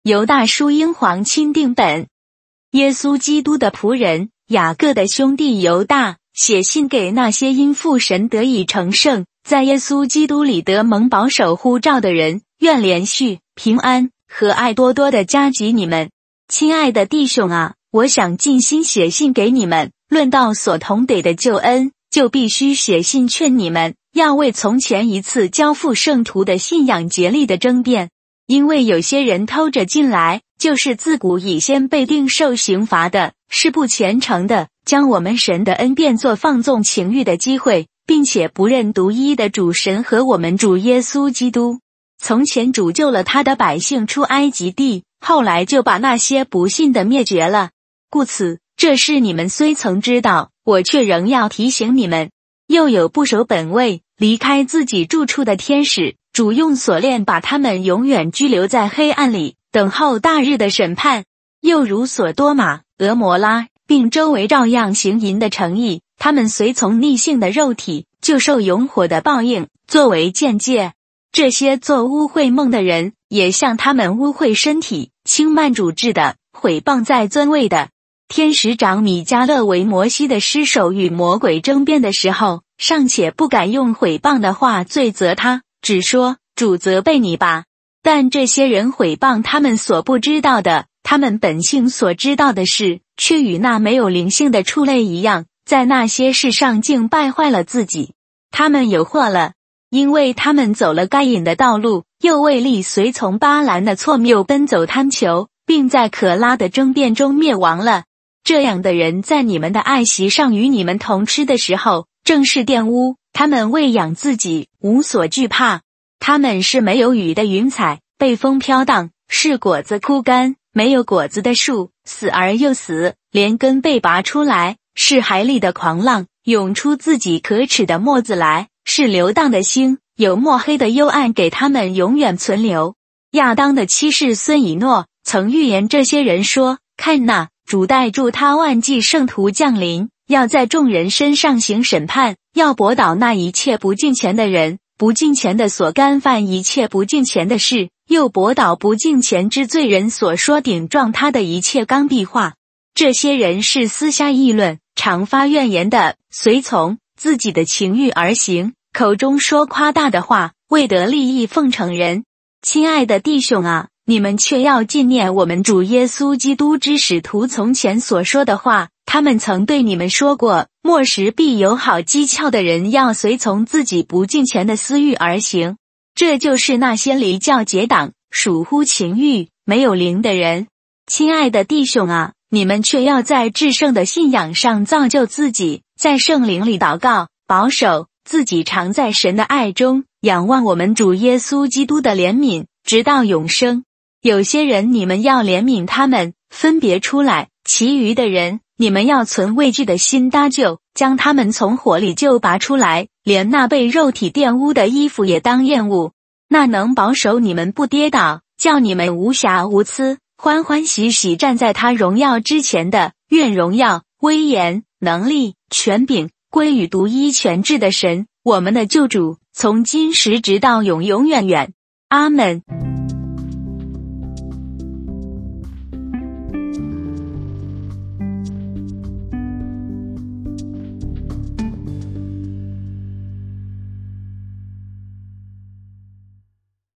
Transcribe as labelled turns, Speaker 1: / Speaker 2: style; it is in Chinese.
Speaker 1: 犹大书英皇钦定本。耶稣基督的仆人，雅各的兄弟犹大，写信给那些因父神得以成圣，在耶稣基督里得蒙保守呼召的人，愿连续、平安和爱多多的加给你们。亲爱的弟兄啊，我想尽心写信给你们，论到所同得的救恩，就必须写信劝你们，要为从前一次交付圣徒的信仰竭力的争辩。因为有些人偷着进来，就是自古以先被定受刑罚的，是不虔诚的，将我们神的恩变作放纵情欲的机会，并且不认独一的主神和我们主耶稣基督。从前主救了他的百姓出埃及地，后来就把那些不信的灭绝了。故此，这事你们虽曾知道，我却仍要提醒你们。又有不守本位，离开自己住处的天使，主用锁链把他们永远拘留在黑暗里，等候大日的审判。又如所多玛、俄摩拉，并周围照样行淫的城邑，他们随从逆性的肉体，就受永火的报应，作为鉴戒。这些做污秽梦的人，也像他们污秽身体、轻慢主治的、毁谤在尊位的。天使长米迦勒为摩西的尸首与魔鬼争辩的时候，尚且不敢用毁谤的话罪责他，只说主责备你吧。但这些人毁谤他们所不知道的，他们本性所知道的事，却与那没有灵性的畜类一样，在那些事上竟败坏了自己。他们有祸了，因为他们走了该隐的道路，又为利随从巴兰的错谬奔走贪求，并在可拉的争辩中灭亡了。这样的人在你们的爱席上与你们同吃的时候，正是玷污，他们喂养自己，无所惧怕。他们是没有雨的云彩，被风飘荡，是果子枯干，没有果子的树，死而又死，连根被拔出来，是海里的狂浪，涌出自己可耻的沫子来，是流荡的星，有墨黑的幽暗给他们永远存留。亚当的妻室孙以诺曾预言这些人说，看哪，主带住他万计圣徒降临，要在众人身上行审判，要驳倒那一切不敬虔的人，不敬虔的所干犯一切不敬虔的事，又驳倒不敬虔之罪人所说顶撞他的一切刚愎话。这些人是私下议论，常发怨言的，随从自己的情欲而行，口中说夸大的话，为得利益奉承人。亲爱的弟兄啊，你们却要纪念我们主耶稣基督之使徒从前所说的话，他们曾对你们说过，末时必有好讥诮的人要随从自己不敬虔的私欲而行。这就是那些离教结党、属乎情欲、没有灵的人。亲爱的弟兄啊，你们却要在至圣的信仰上造就自己，在圣灵里祷告，保守自己常在神的爱中，仰望我们主耶稣基督的怜悯，直到永生。有些人你们要怜悯他们，分别出来，其余的人你们要存畏惧的心搭救，将他们从火里救拔出来，连那被肉体玷污的衣服也当厌恶。那能保守你们不跌倒，叫你们无瑕无疵，欢欢喜喜站在他荣耀之前的，愿荣耀、威严、能力、权柄归于独一全智的神，我们的救主，从今时直到永永远远。阿们。